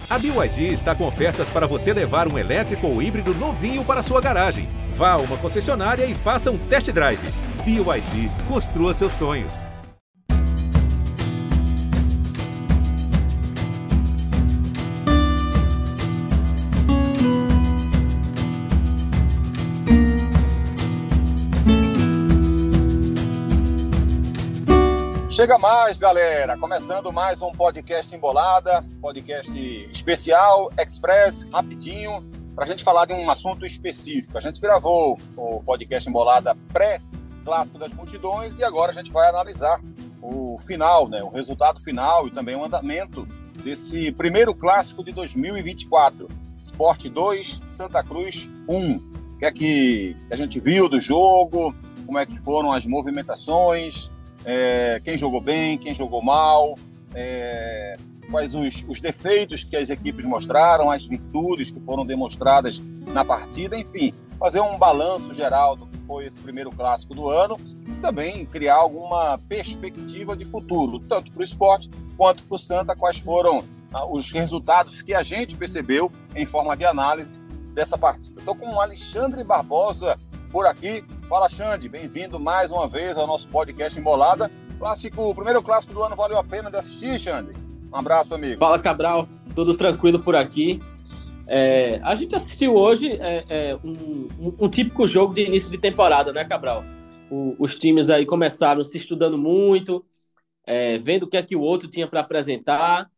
A BYD está com ofertas para você levar um elétrico ou híbrido novinho para sua garagem. Vá a uma concessionária e faça um test drive. BYD, construa seus sonhos. Chega mais, galera! Começando mais um podcast Embolada, podcast especial, express, rapidinho, para a gente falar de um assunto específico. A gente gravou o podcast Embolada pré-clássico das multidões e agora a gente vai analisar o final, né, o resultado final e também o andamento desse primeiro clássico de 2024. Sport 2, Santa Cruz 1. O que é que a gente viu do jogo, como é que foram as movimentações, quem jogou bem, quem jogou mal, quais os defeitos que as equipes mostraram, as virtudes que foram demonstradas na partida, enfim, fazer um balanço geral do que foi esse primeiro clássico do ano e também criar alguma perspectiva de futuro, tanto para o esporte quanto para o Santa, quais foram os resultados que a gente percebeu em forma de análise dessa partida. Estou com o Alexandre Barbosa por aqui. Fala, Xande, bem-vindo mais uma vez ao nosso podcast Embolada. O primeiro clássico do ano, valeu a pena de assistir, Xande? Um abraço, amigo. Fala, Cabral, tudo tranquilo por aqui. A gente assistiu hoje um típico jogo de início de temporada, né, Cabral? Os times aí começaram se estudando muito, vendo o que é que o outro tinha para apresentar,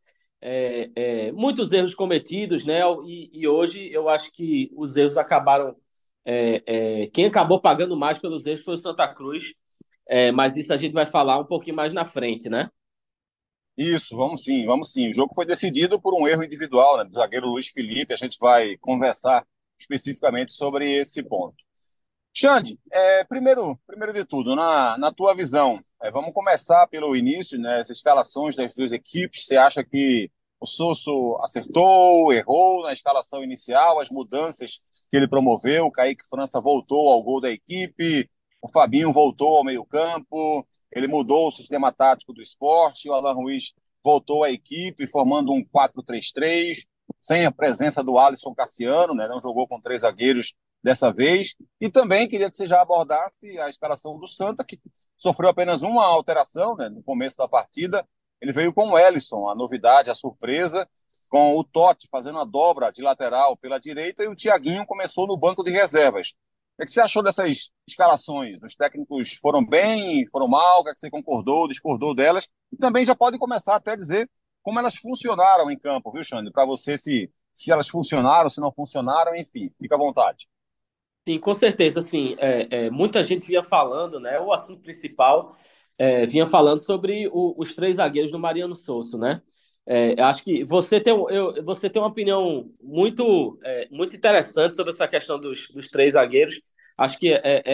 muitos erros cometidos, né? E hoje eu acho que os erros acabaram... quem acabou pagando mais pelos erros foi o Santa Cruz, mas isso a gente vai falar um pouquinho mais na frente, né? Isso, vamos sim. O jogo foi decidido por um erro individual, né, do zagueiro Luiz Felipe. A gente vai conversar especificamente sobre esse ponto. Xande, primeiro de tudo, na tua visão, vamos começar pelo início, né, as escalações das duas equipes. Você acha que o Sosso acertou, errou na escalação inicial, as mudanças que ele promoveu? O Kaique França voltou ao gol da equipe, o Fabinho voltou ao meio-campo, ele mudou o sistema tático do Sport, o Alan Ruiz voltou à equipe, formando um 4-3-3, sem a presença do Alisson Cassiano, né? Não jogou com 3 zagueiros dessa vez. E também queria que você já abordasse a escalação do Santa, que sofreu apenas uma alteração, né, no começo da partida. Ele veio com o Elison, a novidade, a surpresa, com o Totti fazendo a dobra de lateral pela direita e o Thiaguinho começou no banco de reservas. O que você achou dessas escalações? Os técnicos foram bem, foram mal? O que você concordou, discordou delas? E também já pode começar até a dizer como elas funcionaram em campo, viu, Xande? Para você, se elas funcionaram, se não funcionaram, enfim, fica à vontade. Sim, com certeza, assim, muita gente vinha falando, né, o assunto principal vinha falando sobre os 3 zagueiros do Mariano Sosso, né? Eu acho que você tem uma opinião muito interessante sobre essa questão dos 3 zagueiros. Acho que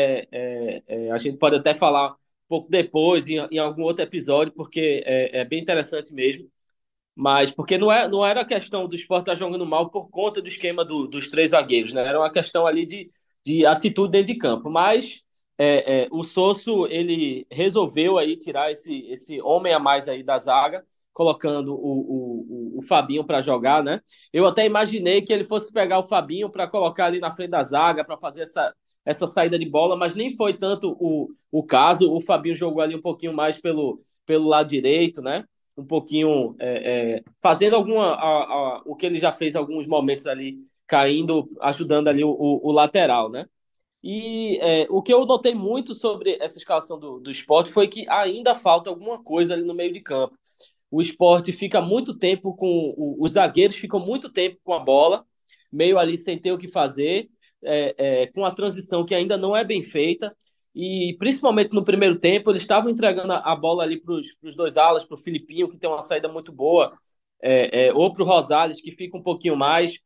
a gente pode até falar um pouco depois, em algum outro episódio, porque é bem interessante mesmo. Mas porque não era a questão do Sport estar jogando mal por conta do esquema dos 3 zagueiros, né? Era uma questão ali de atitude dentro de campo. Mas o Sosso, ele resolveu aí tirar esse homem a mais aí da zaga, colocando o Fabinho para jogar, né? Eu até imaginei que ele fosse pegar o Fabinho para colocar ali na frente da zaga, para fazer essa saída de bola, mas nem foi tanto o caso. O Fabinho jogou ali um pouquinho mais pelo lado direito, né? Um pouquinho fazendo o que ele já fez em alguns momentos ali, caindo, ajudando ali o lateral, né? E o que eu notei muito sobre essa escalação do Sport foi que ainda falta alguma coisa ali no meio de campo. O Sport fica muito tempo os zagueiros ficam muito tempo com a bola, meio ali sem ter o que fazer, com a transição que ainda não é bem feita. E principalmente no primeiro tempo, eles estavam entregando a bola ali para os 2 alas, para o Filipinho, que tem uma saída muito boa, ou para o Rosales, que fica um pouquinho mais.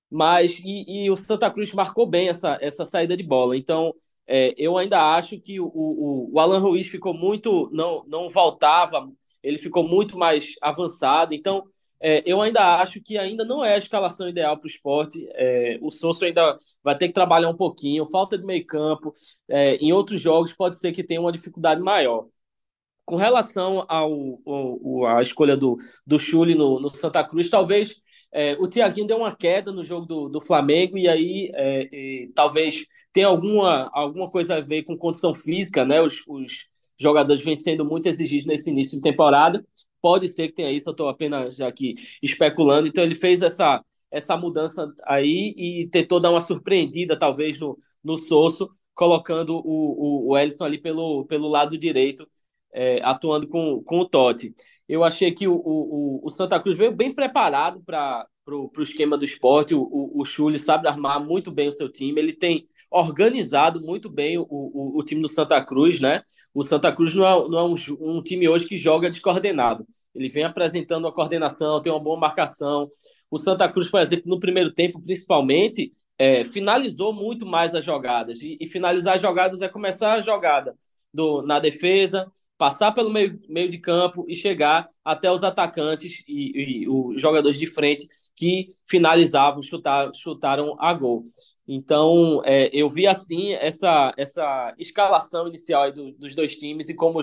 E o Santa Cruz marcou bem essa saída de bola. Então, eu ainda acho que o Alan Ruiz ficou muito... Não voltava, ele ficou muito mais avançado. Então, eu ainda acho que ainda não é a escalação ideal para o Sport. O Sosso ainda vai ter que trabalhar um pouquinho, falta de meio campo. Em outros jogos pode ser que tenha uma dificuldade maior. Com relação à escolha do Chuli no Santa Cruz, talvez O Thiaguinho deu uma queda no jogo do Flamengo, e aí talvez tenha alguma coisa a ver com condição física, né? Os jogadores vêm sendo muito exigidos nesse início de temporada. Pode ser que tenha isso, eu estou apenas aqui especulando. Então ele fez essa mudança aí e tentou dar uma surpreendida, talvez, no Sosso, colocando o Ellison ali pelo lado direito, atuando com o Totti. Eu achei que o Santa Cruz veio bem preparado para o esquema do Sport. O Chuli sabe armar muito bem o seu time. Ele tem organizado muito bem o time do Santa Cruz, né? O Santa Cruz não é um time hoje que joga descoordenado. Ele vem apresentando uma coordenação, tem uma boa marcação. O Santa Cruz, por exemplo, no primeiro tempo, principalmente, finalizou muito mais as jogadas. E finalizar as jogadas é começar a jogada na defesa, passar pelo meio de campo e chegar até os atacantes e os jogadores de frente que finalizavam, chutaram a gol. Então, eu vi assim essa escalação inicial aí dos dois times e como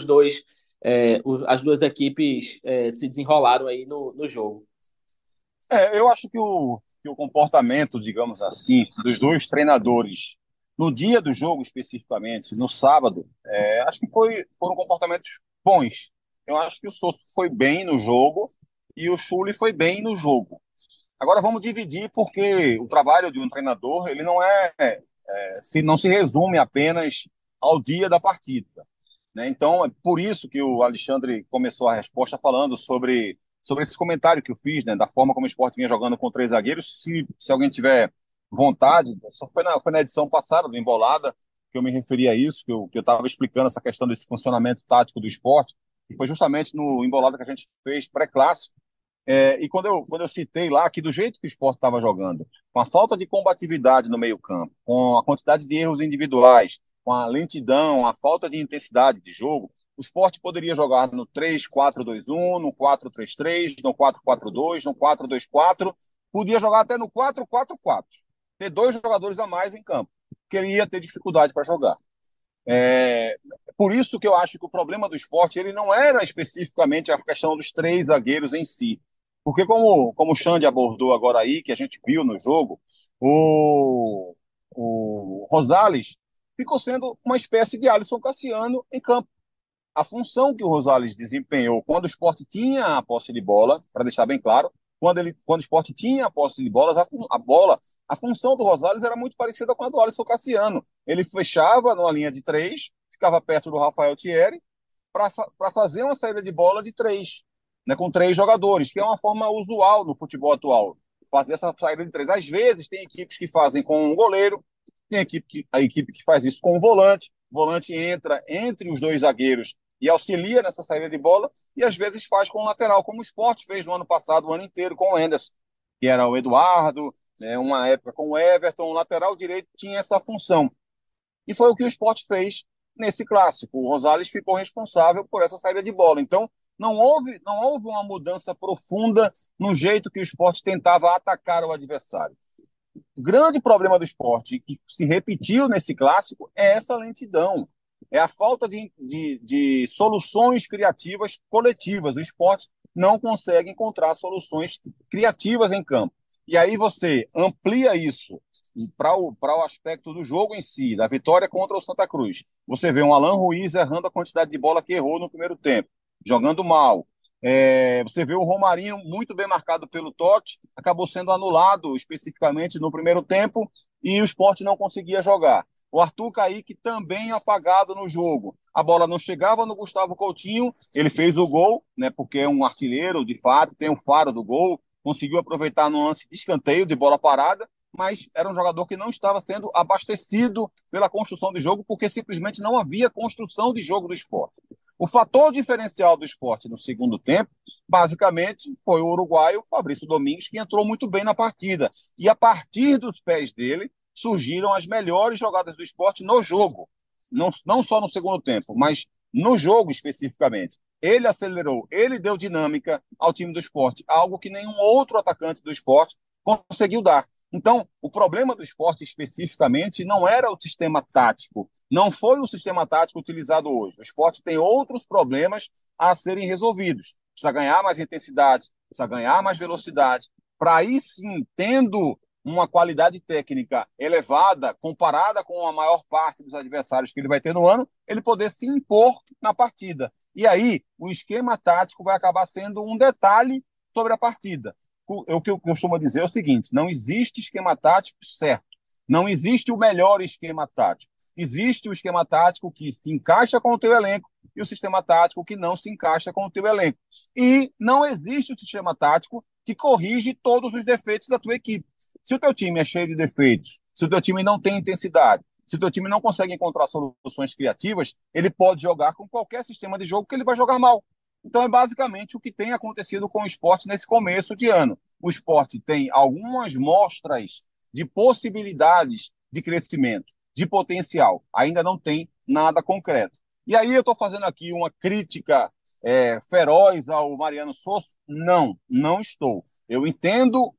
as duas equipes se desenrolaram aí no jogo. Eu acho que o comportamento, digamos assim, dos dois treinadores no dia do jogo especificamente, no sábado, acho que foram comportamentos bons. Eu acho que o Sosso foi bem no jogo e o Chuli foi bem no jogo. Agora vamos dividir, porque o trabalho de um treinador ele não se resume apenas ao dia da partida, né? Então é por isso que o Alexandre começou a resposta falando sobre esse comentário que eu fiz, né, da forma como o Sport vinha jogando com três zagueiros. Se alguém tiver vontade, só foi na edição passada do Embolada que eu me referi a isso, que eu estava explicando essa questão desse funcionamento tático do Sport, e foi justamente no Embolada que a gente fez pré-clássico. E quando eu citei lá que do jeito que o Sport estava jogando, com a falta de combatividade no meio-campo, com a quantidade de erros individuais, com a lentidão, a falta de intensidade de jogo, o Sport poderia jogar no 3-4-2-1, no 4-3-3, no 4-4-2, no 4-2-4, podia jogar até no 4-4-4, ter dois jogadores a mais em campo, porque ele ia ter dificuldade para jogar. Por isso que eu acho que o problema do Sport ele não era especificamente a questão dos três zagueiros em si. Porque como o Xande abordou agora aí, que a gente viu no jogo, o Rosales ficou sendo uma espécie de Alisson Cassiano em campo. A função que o Rosales desempenhou quando o Sport tinha a posse de bola, para deixar bem claro, quando o Sport tinha a posse de bolas, a função do Rosales era muito parecida com a do Alisson Cassiano. Ele fechava numa linha de três, ficava perto do Rafael Thierry, para fazer uma saída de bola de três, né, com três jogadores, que é uma forma usual no futebol atual, fazer essa saída de três. Às vezes tem equipes que fazem com um goleiro, tem a equipe que faz isso com um volante, o volante entra entre os dois zagueiros e auxilia nessa saída de bola, e às vezes faz com o lateral, como o Sport fez no ano passado, o ano inteiro, com o Henderson, que era o Eduardo, né, uma época com o Everton, o lateral direito tinha essa função. E foi o que o Sport fez nesse clássico. O Rosales ficou responsável por essa saída de bola. Então, não houve uma mudança profunda no jeito que o Sport tentava atacar o adversário. O grande problema do Sport, que se repetiu nesse clássico, é essa lentidão. É a falta de soluções criativas coletivas. O Sport não consegue encontrar soluções criativas em campo. E aí você amplia isso para o aspecto do jogo em si, da vitória contra o Santa Cruz. Você vê um Alan Ruiz errando a quantidade de bola que errou no primeiro tempo, jogando mal. Você vê o Romarinho muito bem marcado pelo Totti, acabou sendo anulado especificamente no primeiro tempo e o Sport não conseguia jogar. O Arthur Caíque também apagado no jogo. A bola não chegava no Gustavo Coutinho, ele fez o gol, né, porque é um artilheiro, de fato, tem um faro do gol, conseguiu aproveitar no lance de escanteio, de bola parada, mas era um jogador que não estava sendo abastecido pela construção de jogo, porque simplesmente não havia construção de jogo do Sport. O fator diferencial do Sport no segundo tempo, basicamente, foi o uruguaio Fabrício Domingues, que entrou muito bem na partida. E a partir dos pés dele, surgiram as melhores jogadas do Sport no jogo. Não só no segundo tempo, mas no jogo especificamente. Ele acelerou, ele deu dinâmica ao time do Sport, algo que nenhum outro atacante do Sport conseguiu dar. Então, o problema do Sport especificamente não era o sistema tático, não foi o sistema tático utilizado hoje. O Sport tem outros problemas a serem resolvidos. Precisa ganhar mais intensidade, precisa ganhar mais velocidade para aí sim, tendo uma qualidade técnica elevada, comparada com a maior parte dos adversários que ele vai ter no ano, ele poder se impor na partida. E aí, o esquema tático vai acabar sendo um detalhe sobre a partida. O que eu costumo dizer é o seguinte: não existe esquema tático certo. Não existe o melhor esquema tático. Existe o esquema tático que se encaixa com o teu elenco e o sistema tático que não se encaixa com o teu elenco. E não existe o sistema tático que corrige todos os defeitos da tua equipe. Se o teu time é cheio de defeitos, se o teu time não tem intensidade, se o teu time não consegue encontrar soluções criativas, ele pode jogar com qualquer sistema de jogo que ele vai jogar mal. Então é basicamente o que tem acontecido com o esporte nesse começo de ano. O esporte tem algumas mostras de possibilidades de crescimento, de potencial. Ainda não tem nada concreto. E aí eu estou fazendo aqui uma crítica feroz ao Mariano Souza? Não estou. Eu entendo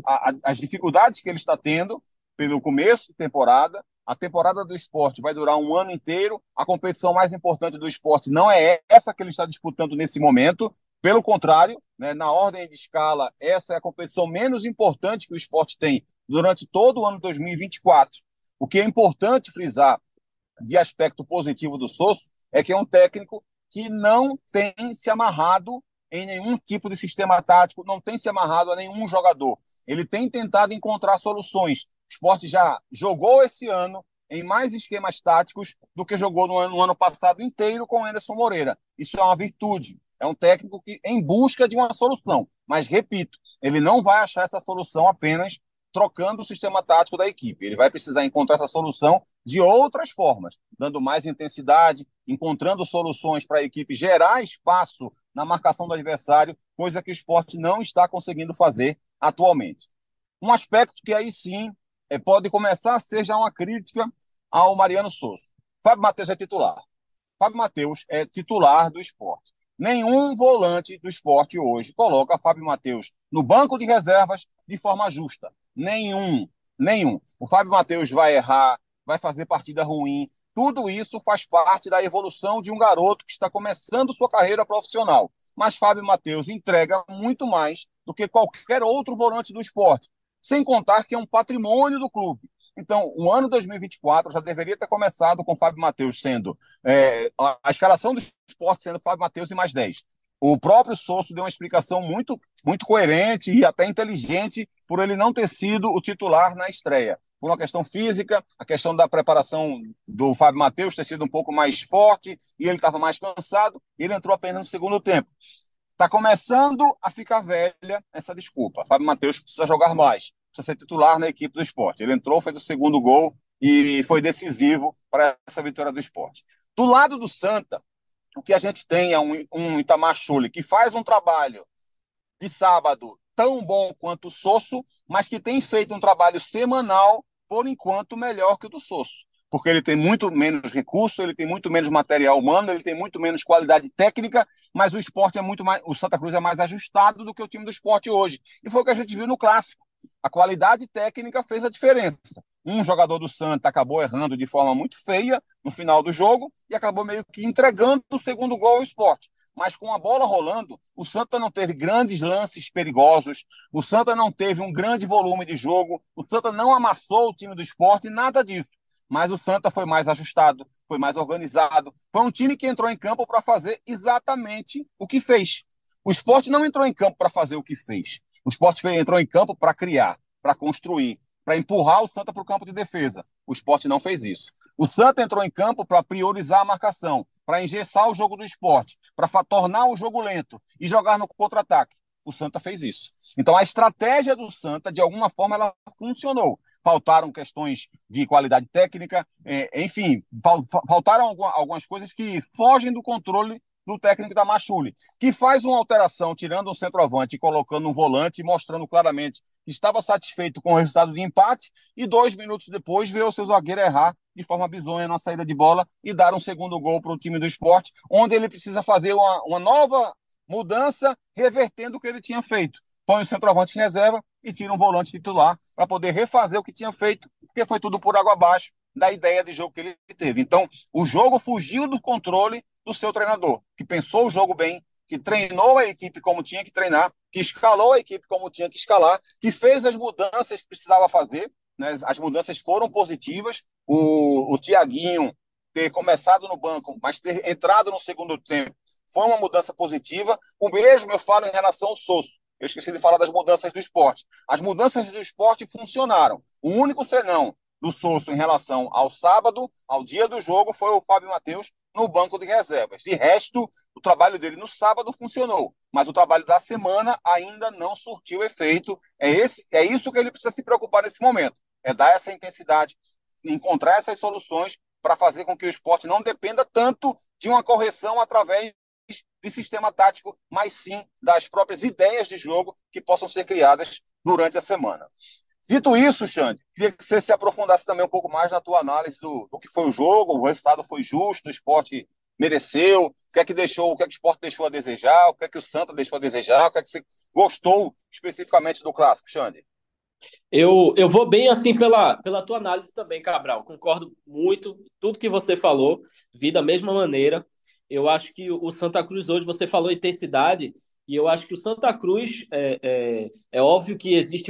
as dificuldades que ele está tendo pelo começo de temporada. A temporada do esporte vai durar um ano inteiro. A competição mais importante do esporte não é essa que ele está disputando nesse momento. Pelo contrário, né, na ordem de escala, essa é a competição menos importante que o esporte tem durante todo o ano de 2024. O que é importante frisar de aspecto positivo do Souza é que é um técnico que não tem se amarrado em nenhum tipo de sistema tático, não tem se amarrado a nenhum jogador. Ele tem tentado encontrar soluções. O esporte já jogou esse ano em mais esquemas táticos do que jogou no ano passado inteiro com o Anderson Moreira. Isso é uma virtude. É um técnico que em busca de uma solução. Mas, repito, ele não vai achar essa solução apenas trocando o sistema tático da equipe. Ele vai precisar encontrar essa solução de outras formas, dando mais intensidade, encontrando soluções para a equipe gerar espaço na marcação do adversário, coisa que o esporte não está conseguindo fazer atualmente. Um aspecto que aí sim pode começar a ser já uma crítica ao Mariano Souza. Fábio Matheus é titular. Fábio Matheus é titular do esporte. Nenhum volante do esporte hoje coloca Fábio Matheus no banco de reservas de forma justa. Nenhum. O Fábio Matheus vai errar, vai fazer partida ruim. Tudo isso faz parte da evolução de um garoto que está começando sua carreira profissional. Mas Fábio Matheus entrega muito mais do que qualquer outro volante do esporte. Sem contar que é um patrimônio do clube. Então, o ano 2024 já deveria ter começado com o Fábio Matheus sendo a escalação do esporte sendo Fábio Matheus e mais 10. O próprio Souza deu uma explicação muito, muito coerente e até inteligente por ele não ter sido o titular na estreia. Por uma questão física, a questão da preparação do Fábio Matheus ter sido um pouco mais forte e ele estava mais cansado, e ele entrou apenas no segundo tempo. Está começando a ficar velha essa desculpa. Fábio Matheus precisa jogar mais, precisa ser titular na equipe do esporte. Ele entrou, fez o segundo gol e foi decisivo para essa vitória do esporte. Do lado do Santa, o que a gente tem é um Itamar Schulli que faz um trabalho de sábado tão bom quanto o Sosso, mas que tem feito um trabalho semanal, por enquanto, melhor que o do Sosso. Porque ele tem muito menos recurso, ele tem muito menos material humano, ele tem muito menos qualidade técnica, mas o esporte é muito mais. O Santa Cruz é mais ajustado do que o time do esporte hoje. E foi o que a gente viu no clássico. A qualidade técnica fez a diferença. Um jogador do Santa acabou errando de forma muito feia no final do jogo e acabou meio que entregando o segundo gol ao esporte. Mas com a bola rolando, o Santa não teve grandes lances perigosos, o Santa não teve um grande volume de jogo, o Santa não amassou o time do esporte, nada disso. Mas o Santa foi mais ajustado, foi mais organizado. Foi um time que entrou em campo para fazer exatamente o que fez. O esporte não entrou em campo para fazer o que fez. O esporte entrou em campo para criar, para construir, para empurrar o Santa para o campo de defesa. O esporte não fez isso. O Santa entrou em campo para priorizar a marcação, para engessar o jogo do esporte, para tornar o jogo lento e jogar no contra-ataque. O Santa fez isso. Então a estratégia do Santa, de alguma forma, ela funcionou. Faltaram questões de qualidade técnica, enfim, faltaram algumas coisas que fogem do controle do técnico da Machuli, que faz uma alteração, tirando um centroavante e colocando um volante, mostrando claramente que estava satisfeito com o resultado de empate, e 2 minutos depois vê o seu zagueiro errar de forma bizonha na saída de bola e dar um segundo gol para o time do esporte, onde ele precisa fazer uma nova mudança, revertendo o que ele tinha feito. Põe o centroavante em reserva e tira um volante titular para poder refazer o que tinha feito, porque foi tudo por água abaixo da ideia de jogo que ele teve. Então, o jogo fugiu do controle do seu treinador, que pensou o jogo bem, que treinou a equipe como tinha que treinar, que escalou a equipe como tinha que escalar, que fez as mudanças que precisava fazer, né? As mudanças foram positivas. O Thiaguinho ter começado no banco, mas ter entrado no segundo tempo, foi uma mudança positiva. O mesmo eu falo em relação ao Sosso. Eu esqueci de falar das mudanças do esporte. As mudanças do esporte funcionaram. O único senão do Sosso em relação ao sábado, ao dia do jogo, foi o Fábio Matheus no banco de reservas. De resto, o trabalho dele no sábado funcionou, mas o trabalho da semana ainda não surtiu efeito. É isso que ele precisa se preocupar nesse momento. É dar essa intensidade, encontrar essas soluções para fazer com que o esporte não dependa tanto de uma correção através de sistema tático, mas sim das próprias ideias de jogo que possam ser criadas durante a semana. Dito isso, Xande, queria que você se aprofundasse também um pouco mais na tua análise do que foi o jogo. O resultado foi justo, o esporte mereceu, o que é que o esporte deixou a desejar, o que é que o Santa deixou a desejar, o que é que você gostou especificamente do clássico, Xande? Eu vou bem assim pela tua análise também, Cabral. Concordo muito, tudo que você falou, vi da mesma maneira. Eu acho que o Santa Cruz hoje, você falou intensidade, e eu acho que o Santa Cruz, é óbvio que existe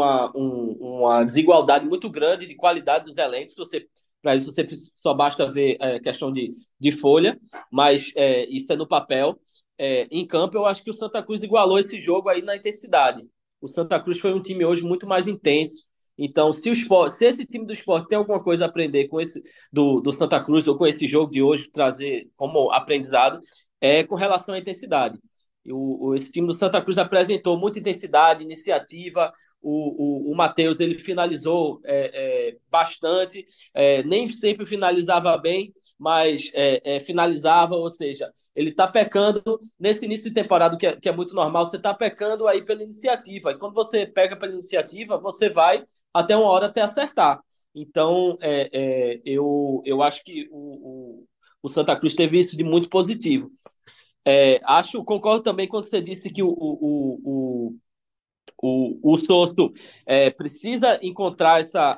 uma desigualdade muito grande de qualidade dos elencos. Para isso, você só basta ver questão de folha, mas isso é no papel. Em campo, eu acho que o Santa Cruz igualou esse jogo aí na intensidade. O Santa Cruz foi um time hoje muito mais intenso. Então, se esse time do esporte tem alguma coisa a aprender com esse do Santa Cruz ou com esse jogo de hoje, trazer como aprendizado, é com relação à intensidade. Esse time do Santa Cruz apresentou muita intensidade, iniciativa. O Matheus ele finalizou bastante, nem sempre finalizava bem, mas finalizava, ou seja, ele está pecando nesse início de temporada, que é muito normal, você está pecando aí pela iniciativa. E quando você pega pela iniciativa, você vai até uma hora até acertar. Então, eu acho que o Santa Cruz teve isso de muito positivo. Concordo também quando você disse que o Sosso precisa encontrar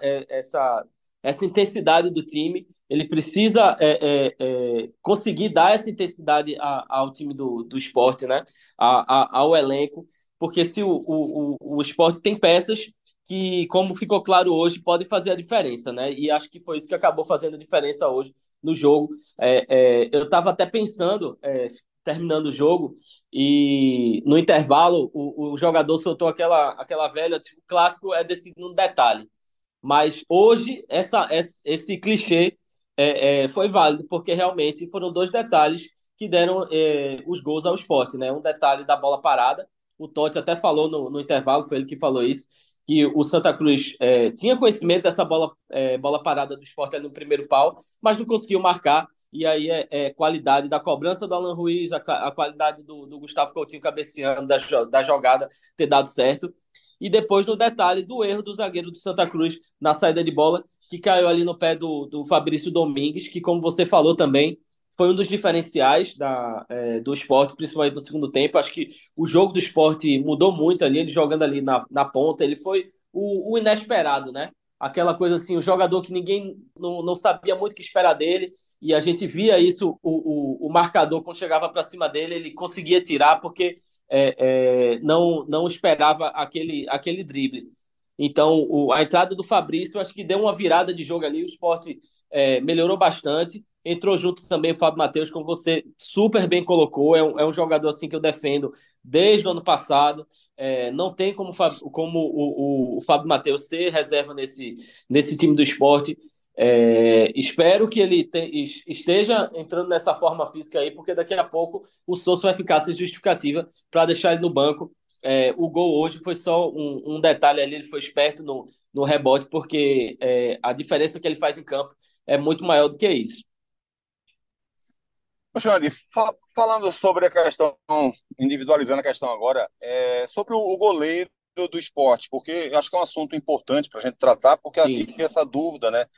essa intensidade do time, ele precisa conseguir dar essa intensidade ao time do esporte, né? Ao elenco, porque se o esporte tem peças que, como ficou claro hoje, podem fazer a diferença, né? E acho que foi isso que acabou fazendo a diferença hoje no jogo. Eu estava até pensando, terminando o jogo, e no intervalo o jogador soltou aquela velha, tipo, o clássico é decidido no detalhe. Mas hoje esse clichê foi válido, porque realmente foram dois detalhes que deram os gols ao esporte, né? Um detalhe da bola parada, o Totti até falou no intervalo, foi ele que falou isso, que o Santa Cruz tinha conhecimento dessa bola parada do esporte ali no primeiro pau, mas não conseguiu marcar. E aí qualidade da cobrança do Alan Ruiz, a qualidade do Gustavo Coutinho cabeceando, da jogada ter dado certo. E depois no detalhe do erro do zagueiro do Santa Cruz na saída de bola, que caiu ali no pé do Fabrício Domingues, que, como você falou também, foi um dos diferenciais do esporte, principalmente no segundo tempo. Acho que o jogo do esporte mudou muito ali, ele jogando ali na ponta, ele foi o inesperado, né? Aquela coisa assim, o jogador que ninguém não sabia muito o que esperar dele, e a gente via isso, o marcador, quando chegava para cima dele, ele conseguia tirar, porque não esperava aquele drible. Então, a entrada do Fabrício, acho que deu uma virada de jogo ali, o Sport melhorou bastante, entrou junto também o Fábio Matheus, como você super bem colocou, é um jogador assim que eu defendo desde o ano passado. Não tem como o Fábio Matheus ser reserva nesse time do esporte. Espero que ele esteja entrando nessa forma física aí, porque daqui a pouco o Sousa vai ficar sem justificativa para deixar ele no banco. O gol hoje foi só um detalhe ali, ele foi esperto no rebote, porque a diferença que ele faz em campo é muito maior do que isso. Xande, falando sobre a questão, individualizando a questão agora, sobre o goleiro do esporte, porque eu acho que é um assunto importante para a gente tratar, porque havia essa dúvida, né,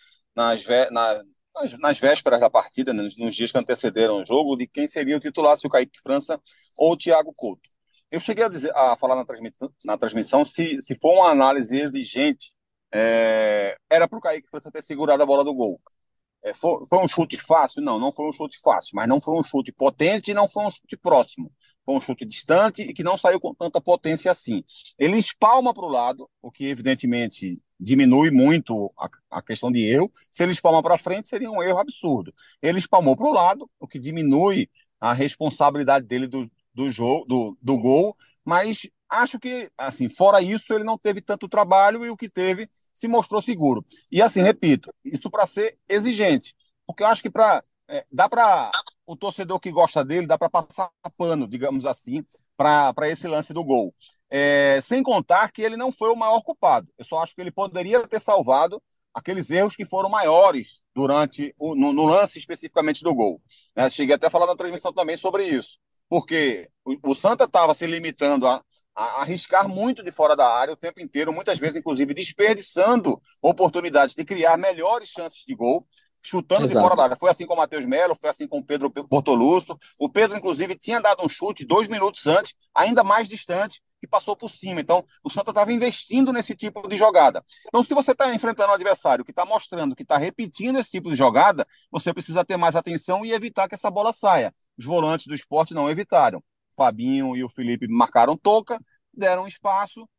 nas vésperas da partida, né, nos dias que antecederam o jogo, de quem seria o titular, se o Kaique França ou o Thiago Couto. Eu cheguei a falar na transmissão, se for uma análise exigente, era para o Kaique França ter segurado a bola do gol. Foi um chute fácil? Não, não foi um chute fácil, mas não foi um chute potente e não foi um chute próximo. Foi um chute distante e que não saiu com tanta potência assim. Ele espalma para o lado, o que evidentemente diminui muito a questão de erro. Se ele espalma para frente, seria um erro absurdo. Ele espalmou para o lado, o que diminui a responsabilidade dele do jogo, do gol, mas acho que, assim, fora isso, ele não teve tanto trabalho e o que teve se mostrou seguro. E assim, repito, isso para ser exigente, porque eu acho que dá para o torcedor que gosta dele, dá para passar pano, digamos assim, para esse lance do gol. Sem contar que ele não foi o maior culpado. Eu só acho que ele poderia ter salvado aqueles erros que foram maiores no lance especificamente do gol. Cheguei até a falar na transmissão também sobre isso, porque o Santa estava se limitando a arriscar muito de fora da área o tempo inteiro, muitas vezes, inclusive, desperdiçando oportunidades de criar melhores chances de gol, chutando de fora da Exato. área. Foi assim com o Matheus Melo, foi assim com o Pedro Bortolusso. O Pedro, inclusive, tinha dado um chute 2 minutos antes, ainda mais distante, que passou por cima. Então, o Santa estava investindo nesse tipo de jogada. Então, se você está enfrentando um adversário que está mostrando que está repetindo esse tipo de jogada, você precisa ter mais atenção e evitar que essa bola saia. Os volantes do esporte não evitaram. O Fabinho e o Felipe marcaram toca, deram espaço,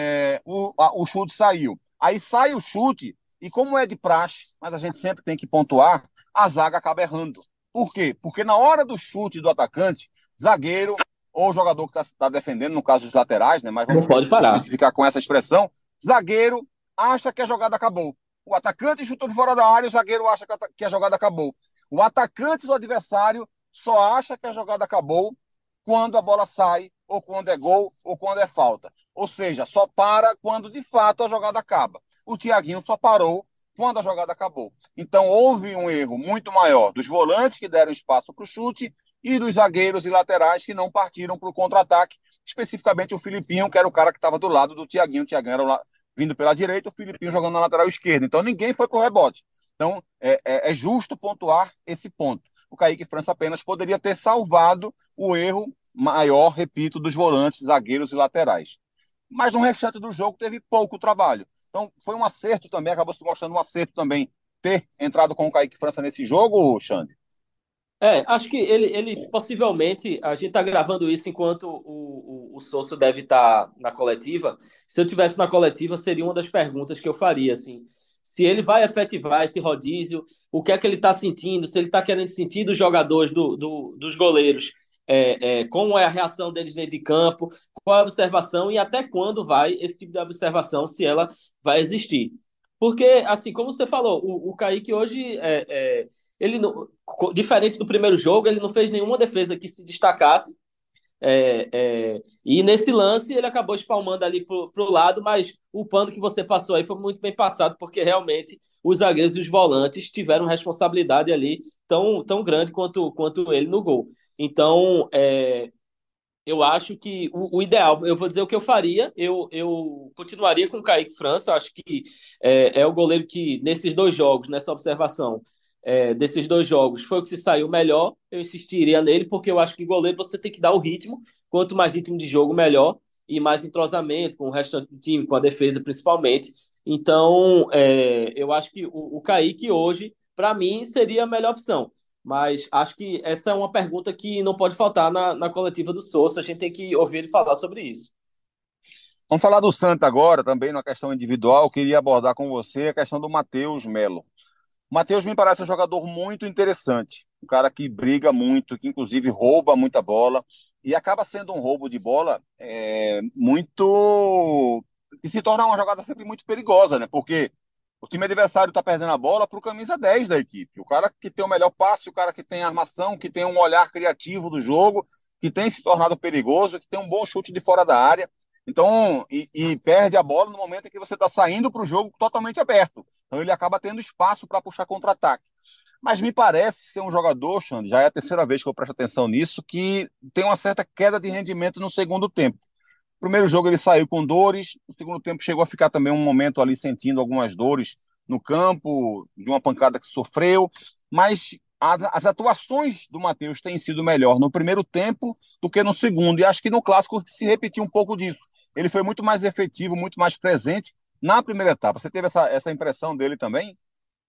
o chute saiu. Aí sai o chute, e como é de praxe, mas a gente sempre tem que pontuar, a zaga acaba errando. Por quê? Porque na hora do chute do atacante, zagueiro ou jogador que está defendendo, no caso dos laterais, né, mas Não vamos pode parar. especificar com essa expressão, zagueiro acha que a jogada acabou. O atacante chutou de fora da área, o zagueiro acha que a jogada acabou. O atacante do adversário só acha que a jogada acabou quando a bola sai, ou quando é gol, ou quando é falta. Ou seja, só para quando de fato a jogada acaba. O Thiaguinho só parou quando a jogada acabou. Então houve um erro muito maior dos volantes que deram espaço para o chute e dos zagueiros e laterais que não partiram para o contra-ataque, especificamente o Filipinho, que era o cara que estava do lado do Thiaguinho. O Thiaguinho era vindo pela direita, o Filipinho jogando na lateral esquerda. Então ninguém foi para o rebote. Então é justo pontuar esse ponto. O Kaique França apenas poderia ter salvado o erro maior, repito, dos volantes, zagueiros e laterais. Mas no restante do jogo teve pouco trabalho. Então foi um acerto também, acabou se mostrando um acerto também ter entrado com o Kaique França nesse jogo, Xande. Acho que ele possivelmente, a gente tá gravando isso enquanto o Souza deve estar na coletiva. Se eu tivesse na coletiva, seria uma das perguntas que eu faria, assim, se ele vai efetivar esse rodízio, o que é que ele está sentindo, se ele está querendo sentir dos jogadores, dos goleiros, como é a reação deles dentro de campo, qual é a observação e até quando vai esse tipo de observação, se ela vai existir. Porque, assim, como você falou, o Kaique hoje ele não, diferente do primeiro jogo, ele não fez nenhuma defesa que se destacasse. E nesse lance ele acabou espalmando ali pro lado, mas o pano que você passou aí foi muito bem passado, porque realmente os zagueiros e os volantes tiveram responsabilidade ali tão grande quanto ele no gol. Então, eu acho que o ideal, eu vou dizer o que eu faria, eu continuaria com o Kaique França, acho que é o goleiro que, nesses dois jogos, nessa observação, desses dois jogos, foi o que se saiu melhor, eu insistiria nele, porque eu acho que goleiro você tem que dar o ritmo, quanto mais ritmo de jogo, melhor, e mais entrosamento com o resto do time, com a defesa principalmente. Então, eu acho que o Kaique hoje, para mim, seria a melhor opção. Mas acho que essa é uma pergunta que não pode faltar na coletiva do Sousa. A gente tem que ouvir ele falar sobre isso. Vamos falar do Santa agora, também na questão individual. Eu queria abordar com você a questão do Matheus Melo. O Matheus me parece um jogador muito interessante, um cara que briga muito, que inclusive rouba muita bola, e acaba sendo um roubo de bola muito. Que se torna uma jogada sempre muito perigosa, né? Porque o time adversário está perdendo a bola para o camisa 10 da equipe. O cara que tem o melhor passe, o cara que tem armação, que tem um olhar criativo do jogo, que tem se tornado perigoso, que tem um bom chute de fora da área. Então, e perde a bola no momento em que você está saindo para o jogo totalmente aberto. Então ele acaba tendo espaço para puxar contra-ataque. Mas me parece ser um jogador, Xande, já é a terceira vez que eu presto atenção nisso, que tem uma certa queda de rendimento no segundo tempo. No primeiro jogo ele saiu com dores, no segundo tempo chegou a ficar também um momento ali sentindo algumas dores no campo, de uma pancada que sofreu, mas as atuações do Matheus têm sido melhor no primeiro tempo do que no segundo, e acho que no clássico se repetiu um pouco disso. Ele foi muito mais efetivo, muito mais presente na primeira etapa. Você teve essa impressão dele também?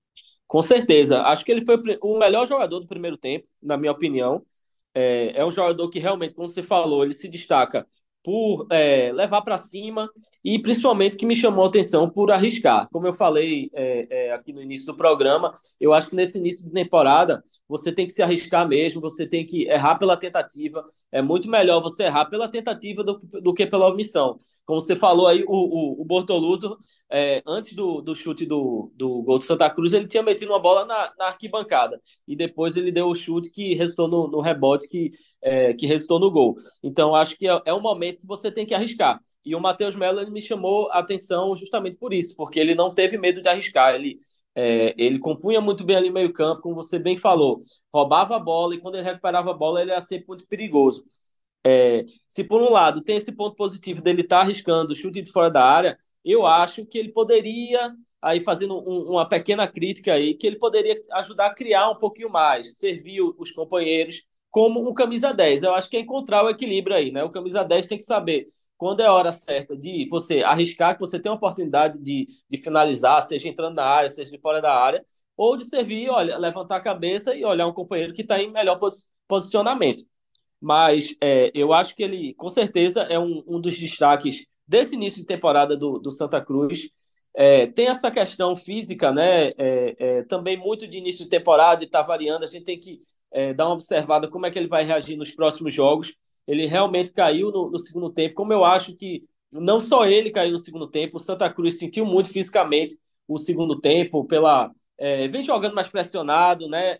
Com certeza. Acho que ele foi o melhor jogador do primeiro tempo, na minha opinião. É um jogador que realmente, como você falou, ele se destaca por levar para cima e principalmente que me chamou a atenção por arriscar. Como eu falei aqui no início do programa, eu acho que nesse início de temporada você tem que se arriscar mesmo, você tem que errar pela tentativa. É muito melhor você errar pela tentativa do que pela omissão. Como você falou aí, o Bortoluso, antes do chute do gol do Santa Cruz, ele tinha metido uma bola na arquibancada e depois ele deu o chute que resultou no rebote que resultou no gol. Então, acho que é um momento que você tem que arriscar. E o Matheus Melo ele me chamou a atenção justamente por isso, porque ele não teve medo de arriscar. Ele compunha muito bem ali meio campo, como você bem falou, roubava a bola e quando ele recuperava a bola ele era sempre muito perigoso. Se por um lado tem esse ponto positivo dele estar arriscando o chute de fora da área, eu acho que ele poderia, aí fazendo uma pequena crítica aí, que ele poderia ajudar a criar um pouquinho mais, servir os companheiros como um camisa 10. Eu acho que é encontrar o equilíbrio aí, né? O camisa 10 tem que saber quando é a hora certa de você arriscar, que você tem a oportunidade de finalizar, seja entrando na área, seja de fora da área, ou de servir, olha, levantar a cabeça e olhar um companheiro que está em melhor posicionamento. Mas eu acho que ele, com certeza, é um dos destaques desse início de temporada do Santa Cruz. Tem essa questão física, né? Também muito de início de temporada e está variando. A gente tem que dar uma observada como é que ele vai reagir nos próximos jogos. Ele realmente caiu no segundo tempo, como eu acho que não só ele caiu no segundo tempo, o Santa Cruz sentiu muito fisicamente o segundo tempo, vem jogando mais pressionado, né?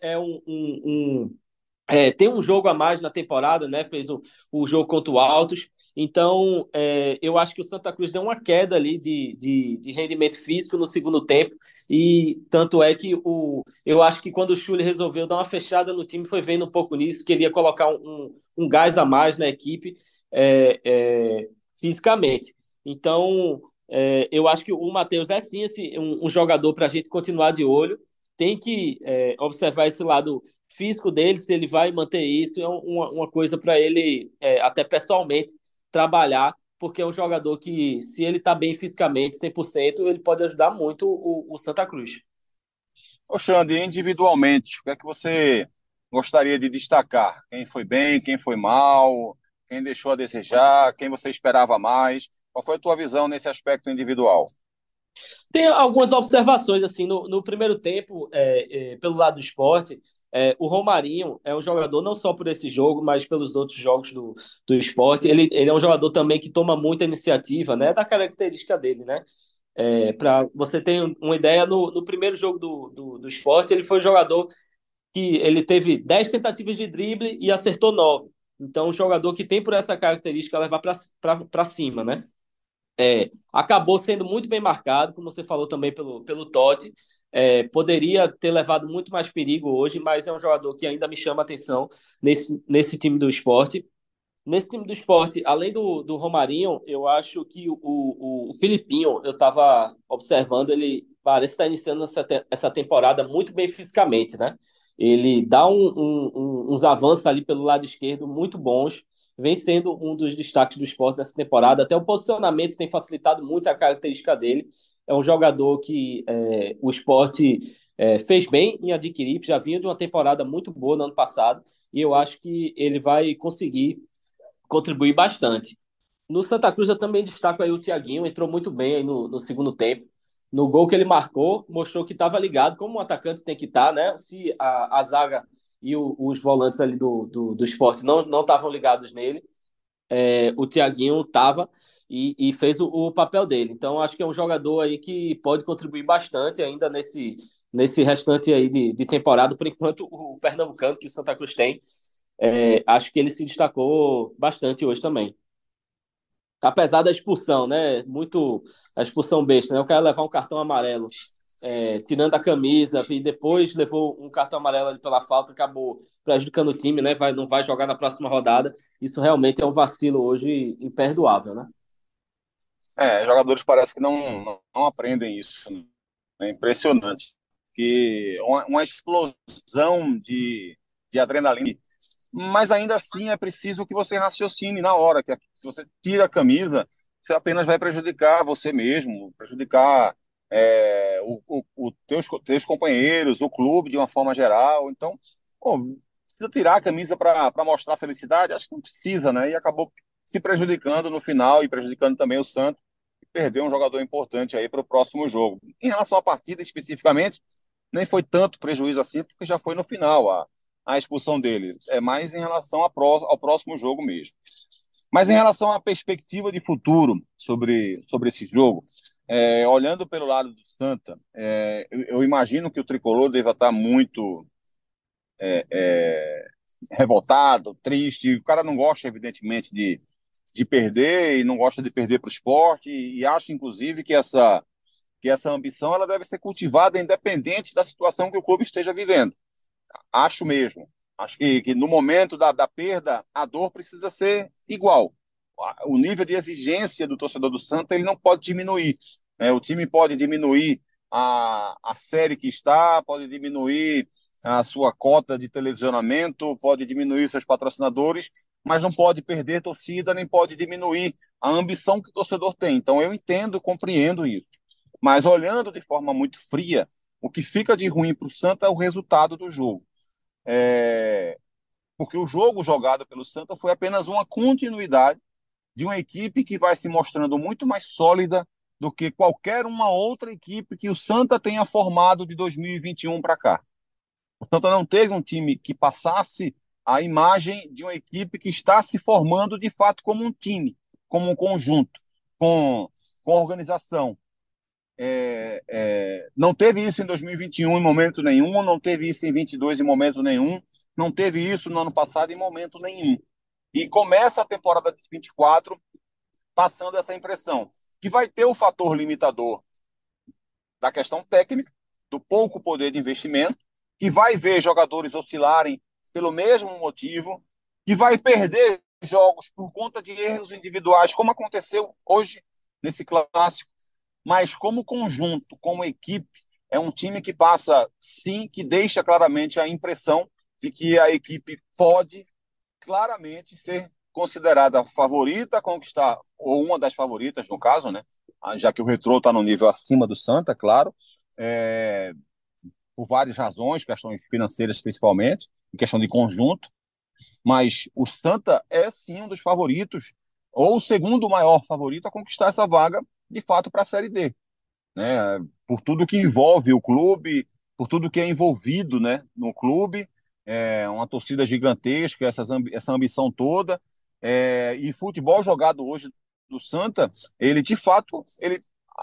Tem um jogo a mais na temporada, né? Fez o jogo contra o Altos. Então, eu acho que o Santa Cruz deu uma queda ali de rendimento físico no segundo tempo. E tanto é que eu acho que quando o Chuli resolveu dar uma fechada no time, foi vendo um pouco nisso, queria colocar um gás a mais na equipe fisicamente. Então, eu acho que o Matheus é sim um jogador para a gente continuar de olho. Tem que observar esse lado físico dele, se ele vai manter isso, é uma coisa para ele, até pessoalmente, trabalhar, porque é um jogador que, se ele está bem fisicamente, 100%, ele pode ajudar muito o Santa Cruz. Ô, Xande, individualmente, o que é que você gostaria de destacar? Quem foi bem, quem foi mal, quem deixou a desejar, quem você esperava mais? Qual foi a tua visão nesse aspecto individual? Tem algumas observações, assim, no primeiro tempo, pelo lado do esporte, o Romarinho é um jogador, não só por esse jogo, mas pelos outros jogos do esporte, ele é um jogador também que toma muita iniciativa, né, da característica dele, né, para você ter uma ideia, no primeiro jogo do esporte, ele foi um jogador que ele teve 10 tentativas de drible e acertou 9. Então, um jogador que tem por essa característica levar para cima, né? Acabou sendo muito bem marcado, como você falou também pelo Totti. Poderia ter levado muito mais perigo hoje, mas é um jogador que ainda me chama a atenção nesse time do esporte. Nesse time do esporte, além do Romarinho, eu acho que o Filipinho, eu estava observando, ele parece estar iniciando essa temporada muito bem fisicamente, né? Ele dá uns avanços ali pelo lado esquerdo muito bons, vem sendo um dos destaques do esporte nessa temporada. Até o posicionamento tem facilitado muito a característica dele. É um jogador que o esporte fez bem em adquirir, já vinha de uma temporada muito boa no ano passado, e eu acho que ele vai conseguir contribuir bastante. No Santa Cruz eu também destaco aí o Thiaguinho, entrou muito bem aí no segundo tempo. No gol que ele marcou, mostrou que estava ligado, como um atacante tem que estar, né? Se a zaga e os volantes ali do esporte não estavam ligados nele, o Thiaguinho estava e fez o papel dele. Então, acho que é um jogador aí que pode contribuir bastante ainda nesse restante aí de temporada. Por enquanto, o Pernambucano que o Santa Cruz tem, acho que ele se destacou bastante hoje também. Apesar da expulsão, né? Muito a expulsão besta, né? O cara levar um cartão amarelo, tirando a camisa, e depois levou um cartão amarelo ali pela falta, acabou prejudicando o time, né? Não vai jogar na próxima rodada. Isso realmente é um vacilo hoje imperdoável, né? Jogadores parece que não aprendem isso, né? É impressionante. Que uma explosão de adrenalina, mas ainda assim é preciso que você raciocine na hora, que se você tira a camisa, você apenas vai prejudicar você mesmo, prejudicar teus companheiros, o clube de uma forma geral. Então, pô, precisa tirar a camisa para mostrar felicidade? Acho que não precisa, né? E acabou se prejudicando no final e prejudicando também o Santos, que perdeu um jogador importante aí para o próximo jogo. Em relação à partida especificamente, nem foi tanto prejuízo assim, porque já foi no final a expulsão dele. É mais em relação ao próximo jogo mesmo. Mas em relação à perspectiva de futuro sobre esse jogo, olhando pelo lado do Santa, eu imagino que o tricolor deva estar muito revoltado, triste. O cara não gosta, evidentemente, de perder e não gosta de perder para o esporte. E acho, inclusive, que essa ambição ela deve ser cultivada independente da situação que o clube esteja vivendo. Acho mesmo. Acho que no momento da perda, a dor precisa ser igual. O nível de exigência do torcedor do Santa ele não pode diminuir. Né? O time pode diminuir a série que está, pode diminuir a sua cota de televisionamento, pode diminuir seus patrocinadores, mas não pode perder torcida, nem pode diminuir a ambição que o torcedor tem. Então eu entendo, compreendo isso. Mas olhando de forma muito fria, o que fica de ruim para o Santa é o resultado do jogo. Porque o jogo jogado pelo Santa foi apenas uma continuidade de uma equipe que vai se mostrando muito mais sólida do que qualquer uma outra equipe que o Santa tenha formado de 2021 para cá. O Santa não teve um time que passasse a imagem de uma equipe que está se formando de fato como um time, como um conjunto, com organização. Não teve isso em 2021 em momento nenhum, não teve isso em 22 em momento nenhum, não teve isso no ano passado em momento nenhum. E começa a temporada de 24 passando essa impressão, que vai ter o fator limitador da questão técnica, do pouco poder de investimento, que vai ver jogadores oscilarem pelo mesmo motivo, que vai perder jogos por conta de erros individuais, como aconteceu hoje nesse clássico, mas como conjunto, como equipe, é um time que passa, sim, que deixa claramente a impressão de que a equipe pode claramente ser considerada a favorita a conquistar, ou uma das favoritas, no caso, né? Já que o Retrô está no nível acima do Santa, claro, por várias razões, questões financeiras principalmente, questão de conjunto, mas o Santa é sim um dos favoritos, ou o segundo maior favorito a conquistar essa vaga, de fato, para a Série D, né? Por tudo que envolve o clube, por tudo que é envolvido, né, no clube, uma torcida gigantesca, essa ambição toda, e futebol jogado hoje do Santa, ele de fato ele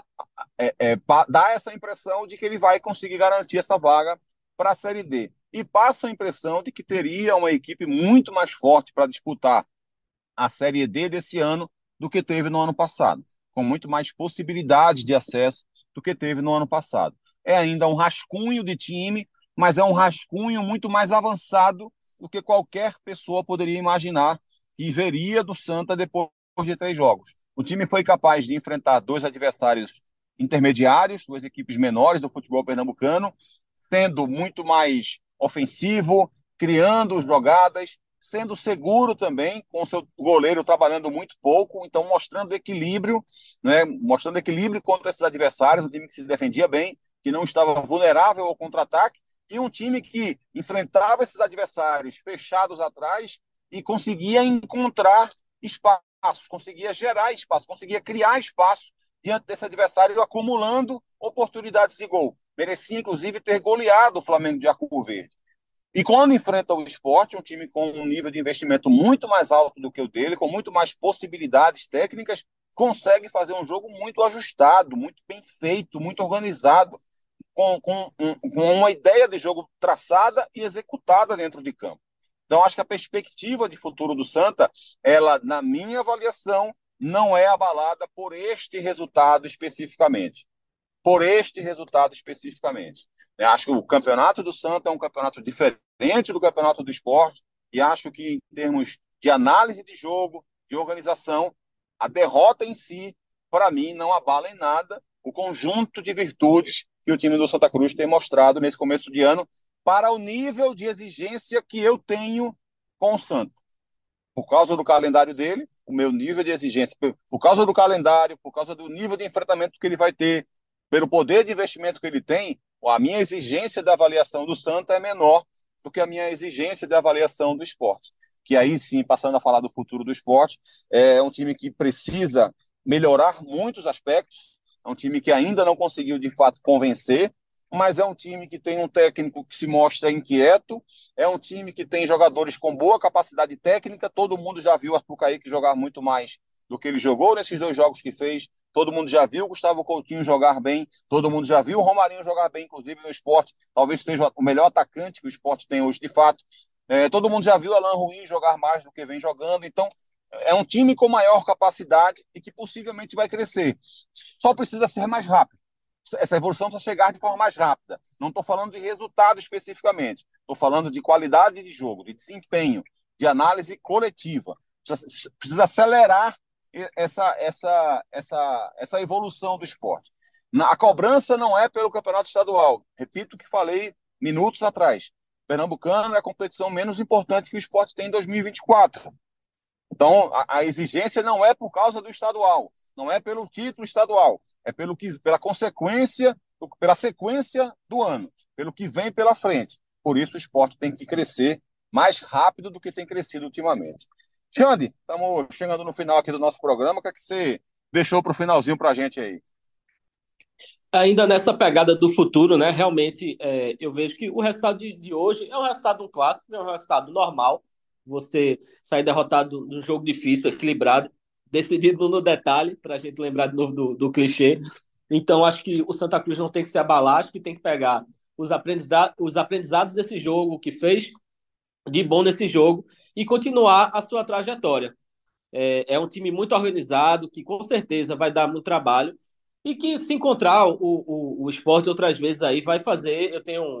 dá essa impressão de que ele vai conseguir garantir essa vaga para a Série D. E passa a impressão de que teria uma equipe muito mais forte para disputar a Série D desse ano do que teve no ano passado, com muito mais possibilidades de acesso do que teve no ano passado. É ainda um rascunho de time, mas é um rascunho muito mais avançado do que qualquer pessoa poderia imaginar e veria do Santa depois de 3 jogos. O time foi capaz de enfrentar 2 adversários intermediários, 2 equipes menores do futebol pernambucano, sendo muito mais ofensivo, criando jogadas, sendo seguro também, com o seu goleiro trabalhando muito pouco, então mostrando equilíbrio, né? Mostrando equilíbrio contra esses adversários, um time que se defendia bem, que não estava vulnerável ao contra-ataque, e um time que enfrentava esses adversários fechados atrás e conseguia encontrar espaços, conseguia gerar espaço, conseguia criar espaço diante desse adversário, acumulando oportunidades de gol. Merecia, inclusive, ter goleado o Flamengo de Arco Verde. E quando enfrenta o Sport, um time com um nível de investimento muito mais alto do que o dele, com muito mais possibilidades técnicas, consegue fazer um jogo muito ajustado, muito bem feito, muito organizado, com uma ideia de jogo traçada e executada dentro de campo. Então, acho que a perspectiva de futuro do Santa, ela, na minha avaliação, não é abalada por este resultado especificamente. Por este resultado especificamente. Eu acho que o campeonato do Santa é um campeonato diferente do campeonato do Sport, e acho que, em termos de análise de jogo, de organização, a derrota em si, para mim, não abala em nada o conjunto de virtudes que o time do Santa Cruz tem mostrado nesse começo de ano para o nível de exigência que eu tenho com o Santa. Por causa do calendário dele, o meu nível de exigência, por causa do calendário, por causa do nível de enfrentamento que ele vai ter, pelo poder de investimento que ele tem, a minha exigência da avaliação do Santa é menor do que a minha exigência de avaliação do Sport. Que aí sim, passando a falar do futuro do Sport, é um time que precisa melhorar muitos aspectos, é um time que ainda não conseguiu de fato convencer, mas é um time que tem um técnico que se mostra inquieto, é um time que tem jogadores com boa capacidade técnica, todo mundo já viu o Arthur Caíque jogar muito mais do que ele jogou nesses 2 jogos que fez, todo mundo já viu o Gustavo Coutinho jogar bem, todo mundo já viu o Romarinho jogar bem, inclusive no Sport, talvez seja o melhor atacante que o Sport tem hoje de fato, todo mundo já viu o Alan Ruiz jogar mais do que vem jogando, então é um time com maior capacidade e que possivelmente vai crescer, só precisa ser mais rápido. Essa evolução precisa chegar de forma mais rápida. Não estou falando de resultado especificamente. Estou falando de qualidade de jogo, de desempenho, de análise coletiva. Precisa acelerar essa evolução do esporte. A cobrança não é pelo campeonato estadual. Repito o que falei minutos atrás. Pernambucano é a competição menos importante que o esporte tem em 2024. Então, a exigência não é por causa do estadual, não é pelo título estadual, é pela consequência, pela sequência do ano, pelo que vem pela frente. Por isso, o esporte tem que crescer mais rápido do que tem crescido ultimamente. Xande, estamos chegando no final aqui do nosso programa. O que é que você deixou para o finalzinho para a gente aí? Ainda nessa pegada do futuro, né? Realmente, eu vejo que o resultado de hoje é um resultado de um clássico, é um resultado normal. Você sair derrotado num jogo difícil, equilibrado, decidido no detalhe, para a gente lembrar de novo do clichê. Então, acho que o Santa Cruz não tem que se abalar, acho que tem que pegar os aprendizados desse jogo, o que fez de bom nesse jogo, e continuar a sua trajetória. É um time muito organizado, que com certeza vai dar muito trabalho, e que se encontrar o esporte outras vezes aí, vai fazer, eu tenho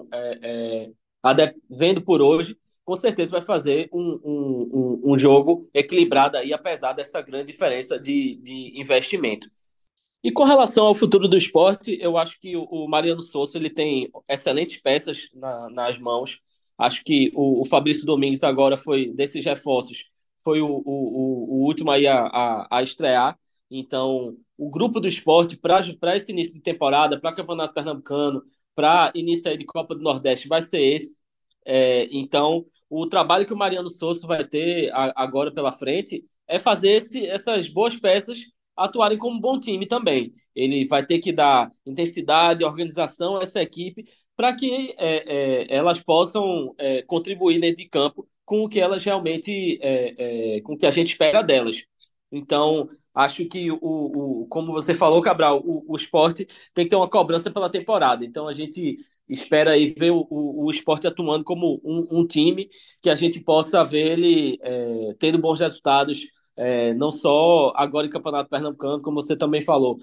vendo por hoje, com certeza vai fazer um jogo equilibrado aí, apesar dessa grande diferença de investimento. E com relação ao futuro do esporte, eu acho que o Mariano Souza ele tem excelentes peças nas mãos. Acho que o Fabrício Domingues agora foi, desses reforços, foi o último aí a estrear. Então, o grupo do esporte para esse início de temporada, para Campeonato Pernambucano, para início aí de Copa do Nordeste, vai ser esse. Então, o trabalho que o Mariano Souza vai ter agora pela frente é fazer essas boas peças atuarem como um bom time também. Ele vai ter que dar intensidade, organização a essa equipe para que elas possam contribuir dentro de campo com o que elas realmente, com o que a gente espera delas. Então, acho que, como você falou, Cabral, o esporte tem que ter uma cobrança pela temporada. Então, a gente espera aí ver o esporte atuando como um time que a gente possa ver ele tendo bons resultados, não só agora em Campeonato Pernambucano, como você também falou.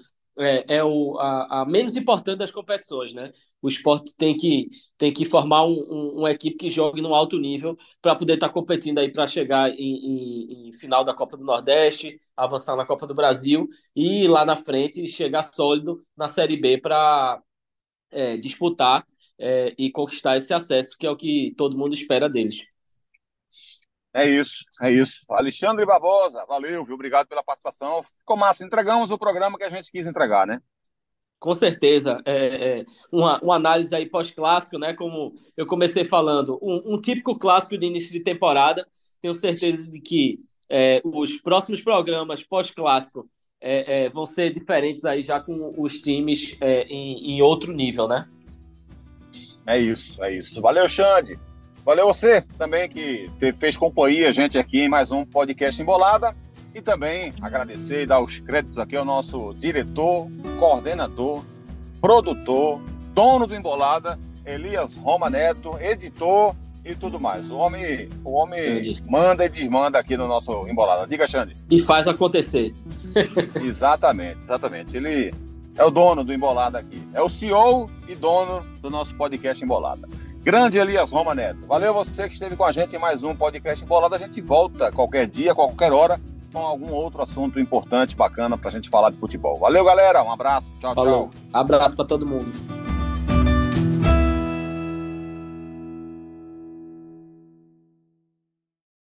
A menos importante das competições, né? O esporte tem que formar uma equipe que jogue num alto nível para poder estar competindo aí para chegar em final da Copa do Nordeste, avançar na Copa do Brasil e lá na frente chegar sólido na Série B para disputar e conquistar esse acesso, que é o que todo mundo espera deles. É isso. Alexandre Barbosa, valeu, viu? Obrigado pela participação. Ficou massa, entregamos o programa que a gente quis entregar, né? Com certeza. Uma análise aí pós-clássico, né? Como eu comecei falando, um típico clássico de início de temporada. Tenho certeza de que os próximos programas pós-clássico vão ser diferentes aí já com os times em outro nível, né? É isso. Valeu, Xande. Valeu você também que fez companhia a gente aqui em mais um podcast Embolada. E também agradecer e dar os créditos aqui ao nosso diretor, coordenador, produtor, dono do Embolada, Elias Roma Neto, editor e tudo mais. O homem manda e desmanda aqui no nosso Embolada. Diga, Xande. E faz acontecer. Exatamente. Ele é o dono do Embolada aqui. É o CEO e dono do nosso podcast Embolada. Grande Elias Roma Neto. Valeu você que esteve com a gente em mais um podcast Embolada. A gente volta qualquer dia, qualquer hora, com algum outro assunto importante, bacana pra gente falar de futebol. Valeu, galera. Um abraço. Tchau, Falou. tchau. Abraço pra todo mundo.